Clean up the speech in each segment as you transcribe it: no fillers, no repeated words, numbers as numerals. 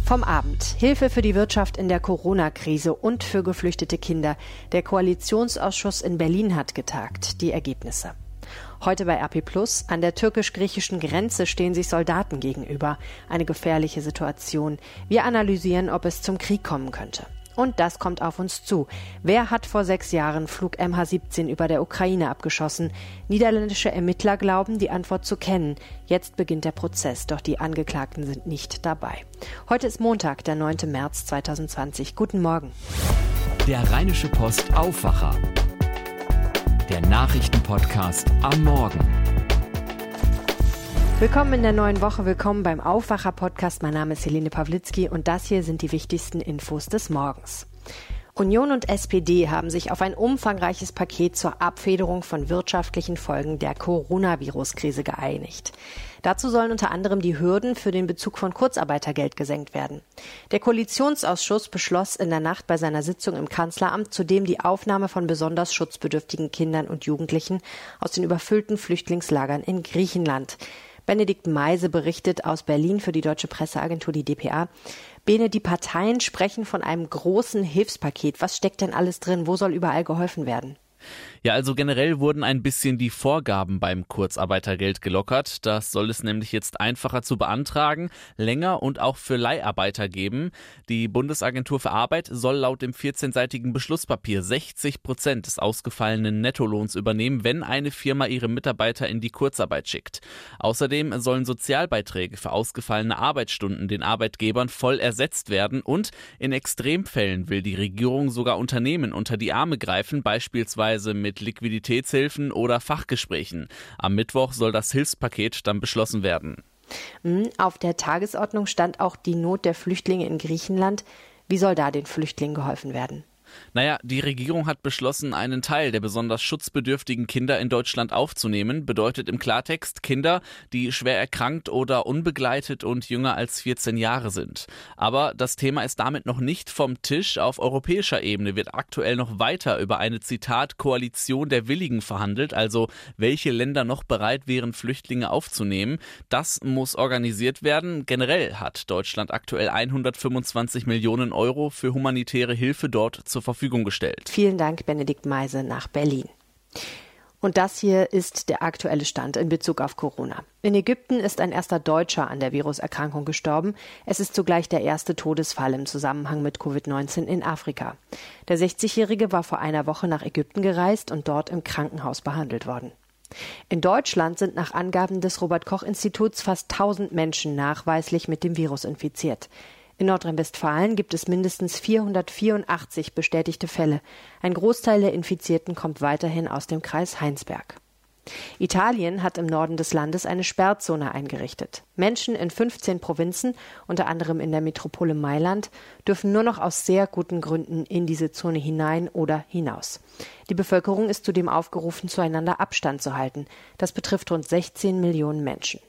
Vom Abend. Hilfe für die Wirtschaft in der Corona-Krise und für geflüchtete Kinder. Der Koalitionsausschuss in Berlin hat getagt. Die Ergebnisse. Heute bei RP+. An der türkisch-griechischen Grenze stehen sich Soldaten gegenüber. Eine gefährliche Situation. Wir analysieren, ob es zum Krieg kommen könnte. Und das kommt auf uns zu. Wer hat vor 6 Jahren Flug MH17 über der Ukraine abgeschossen? Niederländische Ermittler glauben, die Antwort zu kennen. Jetzt beginnt der Prozess, doch die Angeklagten sind nicht dabei. Heute ist Montag, der 9. März 2020. Guten Morgen. Der Rheinische Post Aufwacher. Der Nachrichtenpodcast am Morgen. Willkommen in der neuen Woche, willkommen beim Aufwacher-Podcast. Mein Name ist Helene Pawlitzki und das hier sind die wichtigsten Infos des Morgens. Union und SPD haben sich auf ein umfangreiches Paket zur Abfederung von wirtschaftlichen Folgen der Coronavirus-Krise geeinigt. Dazu sollen unter anderem die Hürden für den Bezug von Kurzarbeitergeld gesenkt werden. Der Koalitionsausschuss beschloss in der Nacht bei seiner Sitzung im Kanzleramt zudem die Aufnahme von besonders schutzbedürftigen Kindern und Jugendlichen aus den überfüllten Flüchtlingslagern in Griechenland. Benedikt Meise berichtet aus Berlin für die deutsche Presseagentur, die dpa. Bene, die Parteien sprechen von einem großen Hilfspaket. Was steckt denn alles drin? Wo soll überall geholfen werden? Ja, also generell wurden ein bisschen die Vorgaben beim Kurzarbeitergeld gelockert. Das soll es nämlich jetzt einfacher zu beantragen, länger und auch für Leiharbeiter geben. Die Bundesagentur für Arbeit soll laut dem 14-seitigen Beschlusspapier 60% des ausgefallenen Nettolohns übernehmen, wenn eine Firma ihre Mitarbeiter in die Kurzarbeit schickt. Außerdem sollen Sozialbeiträge für ausgefallene Arbeitsstunden den Arbeitgebern voll ersetzt werden und in Extremfällen will die Regierung sogar Unternehmen unter die Arme greifen, beispielsweise mit Liquiditätshilfen oder Fachgesprächen. Am Mittwoch soll das Hilfspaket dann beschlossen werden. Auf der Tagesordnung stand auch die Not der Flüchtlinge in Griechenland. Wie soll da den Flüchtlingen geholfen werden? Naja, die Regierung hat beschlossen, einen Teil der besonders schutzbedürftigen Kinder in Deutschland aufzunehmen. Bedeutet im Klartext Kinder, die schwer erkrankt oder unbegleitet und jünger als 14 Jahre sind. Aber das Thema ist damit noch nicht vom Tisch. Auf europäischer Ebene wird aktuell noch weiter über eine, Zitat, Koalition der Willigen verhandelt, also welche Länder noch bereit wären, Flüchtlinge aufzunehmen. Das muss organisiert werden. Generell hat Deutschland aktuell 125 Millionen Euro für humanitäre Hilfe dort zur Verfügung gestellt. Vielen Dank, Benedikt Meise nach Berlin. Und das hier ist der aktuelle Stand in Bezug auf Corona. In Ägypten ist ein erster Deutscher an der Viruserkrankung gestorben. Es ist zugleich der erste Todesfall im Zusammenhang mit Covid-19 in Afrika. Der 60-Jährige war vor einer Woche nach Ägypten gereist und dort im Krankenhaus behandelt worden. In Deutschland sind nach Angaben des Robert-Koch-Instituts fast 1000 Menschen nachweislich mit dem Virus infiziert. In Nordrhein-Westfalen gibt es mindestens 484 bestätigte Fälle. Ein Großteil der Infizierten kommt weiterhin aus dem Kreis Heinsberg. Italien hat im Norden des Landes eine Sperrzone eingerichtet. Menschen in 15 Provinzen, unter anderem in der Metropole Mailand, dürfen nur noch aus sehr guten Gründen in diese Zone hinein oder hinaus. Die Bevölkerung ist zudem aufgerufen, zueinander Abstand zu halten. Das betrifft rund 16 Millionen Menschen.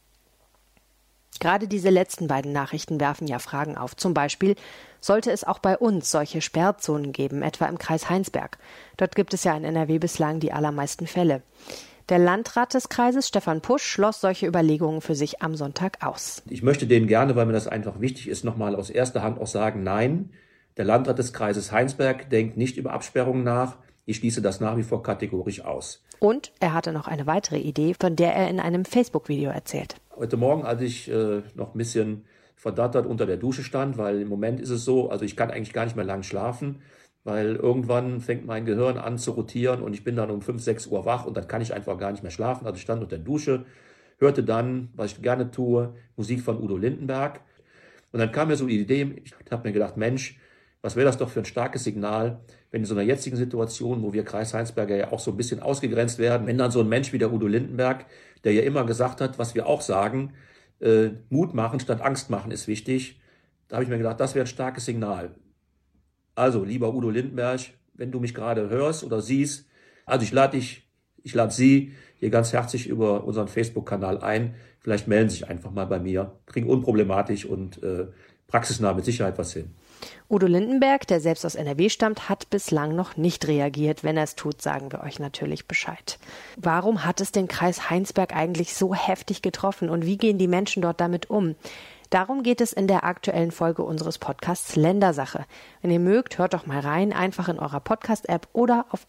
Gerade diese letzten beiden Nachrichten werfen ja Fragen auf. Zum Beispiel, sollte es auch bei uns solche Sperrzonen geben, etwa im Kreis Heinsberg? Dort gibt es ja in NRW bislang die allermeisten Fälle. Der Landrat des Kreises, Stefan Pusch, schloss solche Überlegungen für sich am Sonntag aus. Ich möchte denen gerne, weil mir das einfach wichtig ist, nochmal aus erster Hand auch sagen, nein, der Landrat des Kreises Heinsberg denkt nicht über Absperrungen nach. Ich schließe das nach wie vor kategorisch aus. Und er hatte noch eine weitere Idee, von der er in einem Facebook-Video erzählt. Heute Morgen, als ich noch ein bisschen verdattert unter der Dusche stand, weil im Moment ist es so, also ich kann eigentlich gar nicht mehr lang schlafen, weil irgendwann fängt mein Gehirn an zu rotieren und ich bin dann um 5, 6 Uhr wach und dann kann ich einfach gar nicht mehr schlafen. Also ich stand unter der Dusche, hörte dann, was ich gerne tue, Musik von Udo Lindenberg. Und dann kam mir so die Idee, ich habe mir gedacht, Mensch, was wäre das doch für ein starkes Signal, wenn in so einer jetzigen Situation, wo wir Kreis Heinsberger ja auch so ein bisschen ausgegrenzt werden, wenn dann so ein Mensch wie der Udo Lindenberg, der ja immer gesagt hat, was wir auch sagen, Mut machen statt Angst machen ist wichtig. Da habe ich mir gedacht, das wäre ein starkes Signal. Also, lieber Udo Lindenberg, wenn du mich gerade hörst oder siehst, also ich lade Sie hier ganz herzlich über unseren Facebook-Kanal ein. Vielleicht melden Sie sich einfach mal bei mir. Kriegen unproblematisch und praxisnah mit Sicherheit was hin. Udo Lindenberg, der selbst aus NRW stammt, hat bislang noch nicht reagiert. Wenn er es tut, sagen wir euch natürlich Bescheid. Warum hat es den Kreis Heinsberg eigentlich so heftig getroffen und wie gehen die Menschen dort damit um? Darum geht es in der aktuellen Folge unseres Podcasts Ländersache. Wenn ihr mögt, hört doch mal rein, einfach in eurer Podcast-App oder auf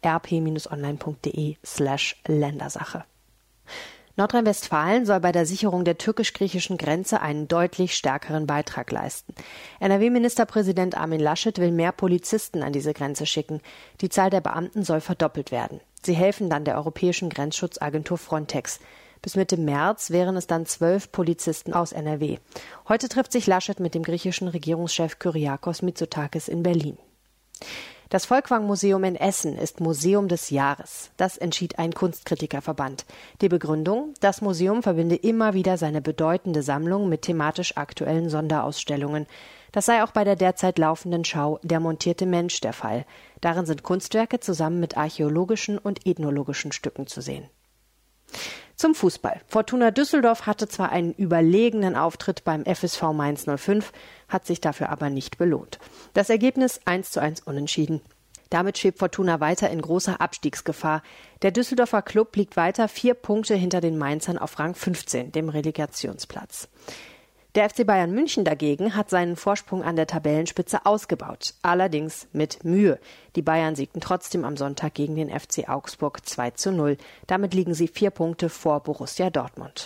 rp-online.de/Ländersache. Nordrhein-Westfalen soll bei der Sicherung der türkisch-griechischen Grenze einen deutlich stärkeren Beitrag leisten. NRW-Ministerpräsident Armin Laschet will mehr Polizisten an diese Grenze schicken. Die Zahl der Beamten soll verdoppelt werden. Sie helfen dann der europäischen Grenzschutzagentur Frontex. Bis Mitte März wären es dann 12 Polizisten aus NRW. Heute trifft sich Laschet mit dem griechischen Regierungschef Kyriakos Mitsotakis in Berlin. Das Folkwang-Museum in Essen ist Museum des Jahres. Das entschied ein Kunstkritikerverband. Die Begründung: Das Museum verbinde immer wieder seine bedeutende Sammlung mit thematisch aktuellen Sonderausstellungen. Das sei auch bei der derzeit laufenden Schau Der montierte Mensch der Fall. Darin sind Kunstwerke zusammen mit archäologischen und ethnologischen Stücken zu sehen. Zum Fußball. Fortuna Düsseldorf hatte zwar einen überlegenen Auftritt beim FSV Mainz 05, hat sich dafür aber nicht belohnt. Das Ergebnis 1:1 unentschieden. Damit schwebt Fortuna weiter in großer Abstiegsgefahr. Der Düsseldorfer Klub liegt weiter 4 Punkte hinter den Mainzern auf Rang 15, dem Relegationsplatz. Der FC Bayern München dagegen hat seinen Vorsprung an der Tabellenspitze ausgebaut, allerdings mit Mühe. Die Bayern siegten trotzdem am Sonntag gegen den FC Augsburg 2:0. Damit liegen sie 4 Punkte vor Borussia Dortmund.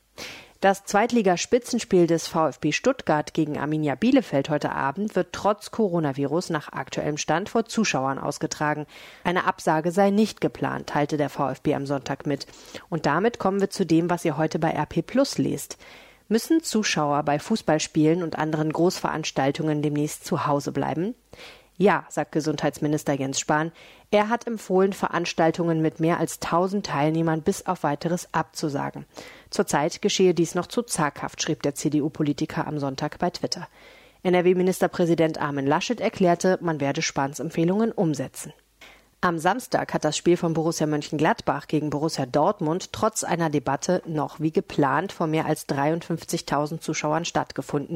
Das Zweitligaspitzenspiel des VfB Stuttgart gegen Arminia Bielefeld heute Abend wird trotz Coronavirus nach aktuellem Stand vor Zuschauern ausgetragen. Eine Absage sei nicht geplant, teilte der VfB am Sonntag mit. Und damit kommen wir zu dem, was ihr heute bei RP Plus lest. Müssen Zuschauer bei Fußballspielen und anderen Großveranstaltungen demnächst zu Hause bleiben? Ja, sagt Gesundheitsminister Jens Spahn. Er hat empfohlen, Veranstaltungen mit mehr als 1000 Teilnehmern bis auf Weiteres abzusagen. Zurzeit geschehe dies noch zu zaghaft, schrieb der CDU-Politiker am Sonntag bei Twitter. NRW-Ministerpräsident Armin Laschet erklärte, man werde Spahns Empfehlungen umsetzen. Am Samstag hat das Spiel von Borussia Mönchengladbach gegen Borussia Dortmund trotz einer Debatte noch wie geplant vor mehr als 53.000 Zuschauern stattgefunden.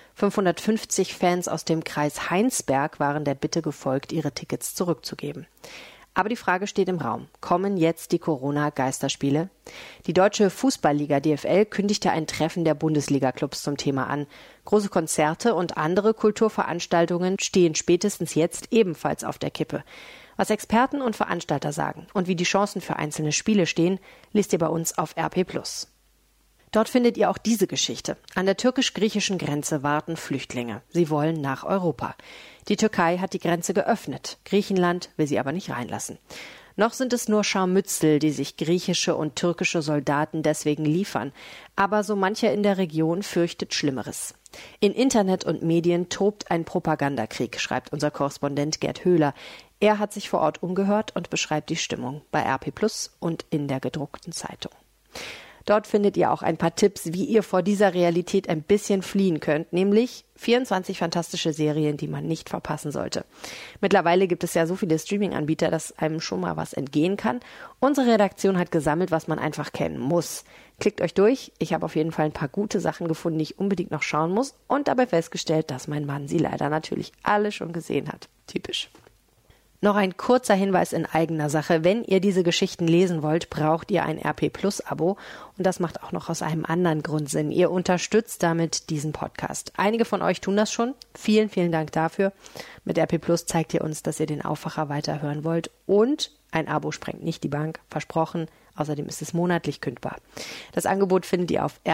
550 Fans aus dem Kreis Heinsberg waren der Bitte gefolgt, ihre Tickets zurückzugeben. Aber die Frage steht im Raum: Kommen jetzt die Corona-Geisterspiele? Die Deutsche Fußballliga DFL kündigte ein Treffen der Bundesliga-Clubs zum Thema an. Große Konzerte und andere Kulturveranstaltungen stehen spätestens jetzt ebenfalls auf der Kippe. Was Experten und Veranstalter sagen und wie die Chancen für einzelne Spiele stehen, liest ihr bei uns auf RP+. Dort findet ihr auch diese Geschichte. An der türkisch-griechischen Grenze warten Flüchtlinge. Sie wollen nach Europa. Die Türkei hat die Grenze geöffnet. Griechenland will sie aber nicht reinlassen. Noch sind es nur Scharmützel, die sich griechische und türkische Soldaten deswegen liefern. Aber so mancher in der Region fürchtet Schlimmeres. In Internet und Medien tobt ein Propagandakrieg, schreibt unser Korrespondent Gerd Höhler. Er hat sich vor Ort umgehört und beschreibt die Stimmung bei RP+ und in der gedruckten Zeitung. Dort findet ihr auch ein paar Tipps, wie ihr vor dieser Realität ein bisschen fliehen könnt, nämlich 24 fantastische Serien, die man nicht verpassen sollte. Mittlerweile gibt es ja so viele Streaming-Anbieter, dass einem schon mal was entgehen kann. Unsere Redaktion hat gesammelt, was man einfach kennen muss. Klickt euch durch. Ich habe auf jeden Fall ein paar gute Sachen gefunden, die ich unbedingt noch schauen muss und dabei festgestellt, dass mein Mann sie leider natürlich alle schon gesehen hat. Typisch. Noch ein kurzer Hinweis in eigener Sache. Wenn ihr diese Geschichten lesen wollt, braucht ihr ein RP+-Abo. Und das macht auch noch aus einem anderen Grund Sinn. Ihr unterstützt damit diesen Podcast. Einige von euch tun das schon. Vielen, vielen Dank dafür. Mit RP+ zeigt ihr uns, dass ihr den Aufwacher weiterhören wollt. Und ein Abo sprengt nicht die Bank. Versprochen. Außerdem ist es monatlich kündbar. Das Angebot findet ihr auf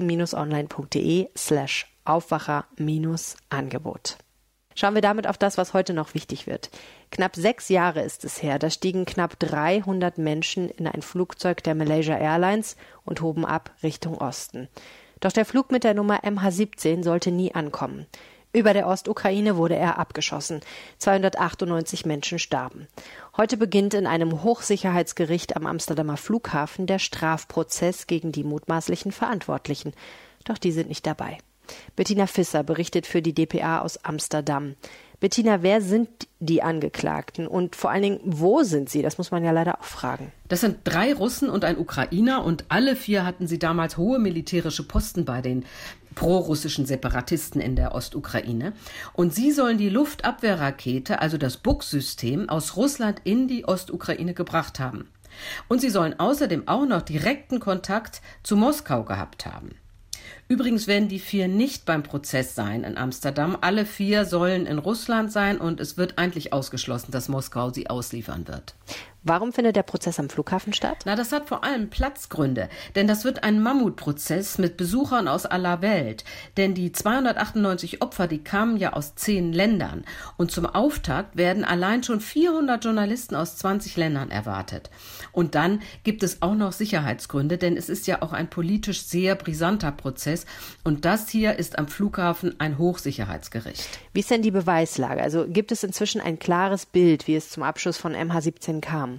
rp-online.de/Aufwacher-Angebot. Schauen wir damit auf das, was heute noch wichtig wird. Knapp 6 Jahre ist es her, da stiegen knapp 300 Menschen in ein Flugzeug der Malaysia Airlines und hoben ab Richtung Osten. Doch der Flug mit der Nummer MH17 sollte nie ankommen. Über der Ostukraine wurde er abgeschossen. 298 Menschen starben. Heute beginnt in einem Hochsicherheitsgericht am Amsterdamer Flughafen der Strafprozess gegen die mutmaßlichen Verantwortlichen. Doch die sind nicht dabei. Bettina Visser berichtet für die dpa aus Amsterdam. Bettina, wer sind die Angeklagten und vor allen Dingen, wo sind sie? Das muss man ja leider auch fragen. Das sind 3 Russen und ein Ukrainer und alle 4 hatten sie damals hohe militärische Posten bei den prorussischen Separatisten in der Ostukraine. Und sie sollen die Luftabwehrrakete, also das Buk-System, aus Russland in die Ostukraine gebracht haben. Und sie sollen außerdem auch noch direkten Kontakt zu Moskau gehabt haben. Übrigens werden die 4 nicht beim Prozess sein in Amsterdam. Alle 4 sollen in Russland sein und es wird eigentlich ausgeschlossen, dass Moskau sie ausliefern wird. Warum findet der Prozess am Flughafen statt? Das hat vor allem Platzgründe, denn das wird ein Mammutprozess mit Besuchern aus aller Welt. Denn die 298 Opfer, die kamen ja aus 10 Ländern. Und zum Auftakt werden allein schon 400 Journalisten aus 20 Ländern erwartet. Und dann gibt es auch noch Sicherheitsgründe, denn es ist ja auch ein politisch sehr brisanter Prozess. Und das hier ist am Flughafen ein Hochsicherheitsgericht. Wie ist denn die Beweislage? Also gibt es inzwischen ein klares Bild, wie es zum Abschuss von MH17 kam?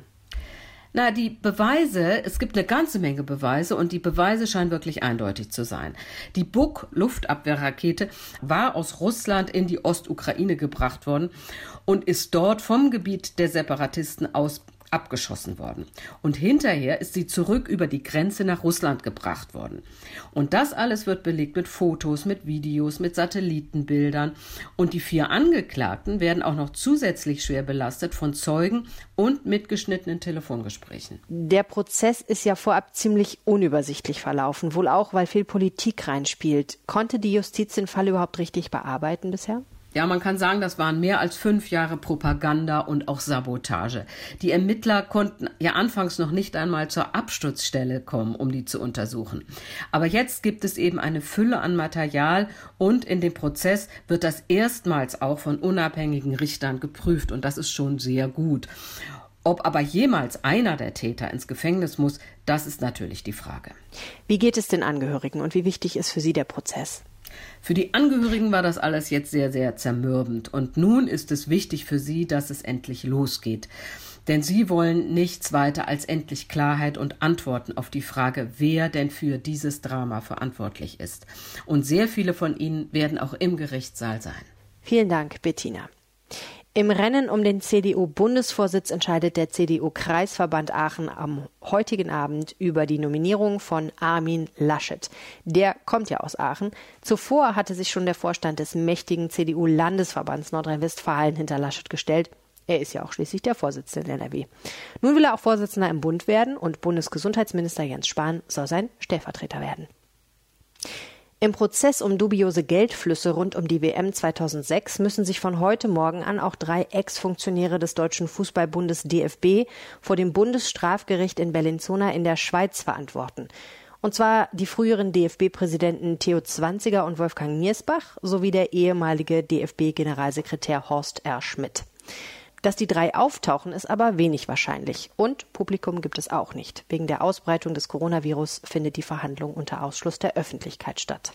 Die Beweise, es gibt eine ganze Menge Beweise und die Beweise scheinen wirklich eindeutig zu sein. Die Buk-Luftabwehrrakete war aus Russland in die Ostukraine gebracht worden und ist dort vom Gebiet der Separatisten aus abgeschossen worden. Und hinterher ist sie zurück über die Grenze nach Russland gebracht worden. Und das alles wird belegt mit Fotos, mit Videos, mit Satellitenbildern. Und die 4 Angeklagten werden auch noch zusätzlich schwer belastet von Zeugen und mitgeschnittenen Telefongesprächen. Der Prozess ist ja vorab ziemlich unübersichtlich verlaufen, wohl auch, weil viel Politik reinspielt. Konnte die Justiz den Fall überhaupt richtig bearbeiten bisher? Ja, man kann sagen, das waren mehr als 5 Jahre Propaganda und auch Sabotage. Die Ermittler konnten ja anfangs noch nicht einmal zur Absturzstelle kommen, um die zu untersuchen. Aber jetzt gibt es eben eine Fülle an Material und in dem Prozess wird das erstmals auch von unabhängigen Richtern geprüft und das ist schon sehr gut. Ob aber jemals einer der Täter ins Gefängnis muss, das ist natürlich die Frage. Wie geht es den Angehörigen und wie wichtig ist für sie der Prozess? Für die Angehörigen war das alles jetzt sehr, sehr zermürbend. Und nun ist es wichtig für sie, dass es endlich losgeht. Denn sie wollen nichts weiter als endlich Klarheit und Antworten auf die Frage, wer denn für dieses Drama verantwortlich ist. Und sehr viele von ihnen werden auch im Gerichtssaal sein. Vielen Dank, Bettina. Im Rennen um den CDU-Bundesvorsitz entscheidet der CDU-Kreisverband Aachen am heutigen Abend über die Nominierung von Armin Laschet. Der kommt ja aus Aachen. Zuvor hatte sich schon der Vorstand des mächtigen CDU-Landesverbands Nordrhein-Westfalen hinter Laschet gestellt. Er ist ja auch schließlich der Vorsitzende der NRW. Nun will er auch Vorsitzender im Bund werden und Bundesgesundheitsminister Jens Spahn soll sein Stellvertreter werden. Im Prozess um dubiose Geldflüsse rund um die WM 2006 müssen sich von heute Morgen an auch 3 Ex-Funktionäre des Deutschen Fußballbundes DFB vor dem Bundesstrafgericht in Bellinzona in der Schweiz verantworten. Und zwar die früheren DFB-Präsidenten Theo Zwanziger und Wolfgang Niersbach sowie der ehemalige DFB-Generalsekretär Horst R. Schmidt. Dass die 3 auftauchen, ist aber wenig wahrscheinlich. Und Publikum gibt es auch nicht. Wegen der Ausbreitung des Coronavirus findet die Verhandlung unter Ausschluss der Öffentlichkeit statt.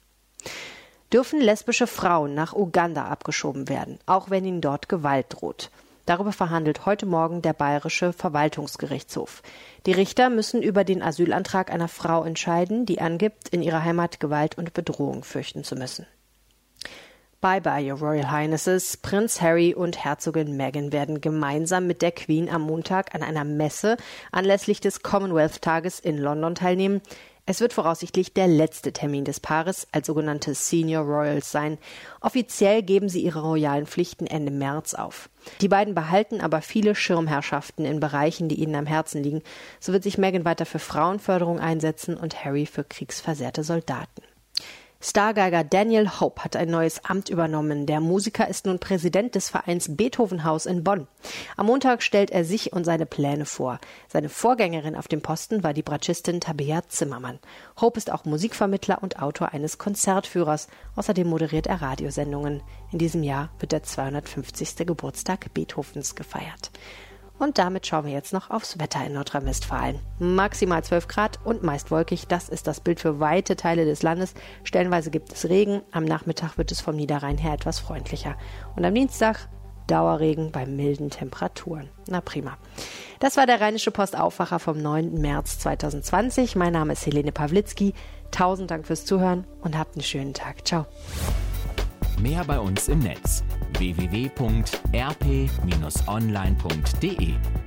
Dürfen lesbische Frauen nach Uganda abgeschoben werden, auch wenn ihnen dort Gewalt droht? Darüber verhandelt heute Morgen der Bayerische Verwaltungsgerichtshof. Die Richter müssen über den Asylantrag einer Frau entscheiden, die angibt, in ihrer Heimat Gewalt und Bedrohung fürchten zu müssen. Bye-bye, Your Royal Highnesses. Prinz Harry und Herzogin Meghan werden gemeinsam mit der Queen am Montag an einer Messe anlässlich des Commonwealth-Tages in London teilnehmen. Es wird voraussichtlich der letzte Termin des Paares als sogenannte Senior Royals sein. Offiziell geben sie ihre royalen Pflichten Ende März auf. Die beiden behalten aber viele Schirmherrschaften in Bereichen, die ihnen am Herzen liegen. So wird sich Meghan weiter für Frauenförderung einsetzen und Harry für kriegsversehrte Soldaten. Stargeiger Daniel Hope hat ein neues Amt übernommen. Der Musiker ist nun Präsident des Vereins Beethovenhaus in Bonn. Am Montag stellt er sich und seine Pläne vor. Seine Vorgängerin auf dem Posten war die Bratschistin Tabea Zimmermann. Hope ist auch Musikvermittler und Autor eines Konzertführers. Außerdem moderiert er Radiosendungen. In diesem Jahr wird der 250. Geburtstag Beethovens gefeiert. Und damit schauen wir jetzt noch aufs Wetter in Nordrhein-Westfalen. Maximal 12 Grad und meist wolkig, das ist das Bild für weite Teile des Landes. Stellenweise gibt es Regen, am Nachmittag wird es vom Niederrhein her etwas freundlicher. Und am Dienstag Dauerregen bei milden Temperaturen. Na prima. Das war der Rheinische Post Aufwacher vom 9. März 2020. Mein Name ist Helene Pawlitzki. 1000 Dank fürs Zuhören und habt einen schönen Tag. Ciao. Mehr bei uns im Netz: www.rp-online.de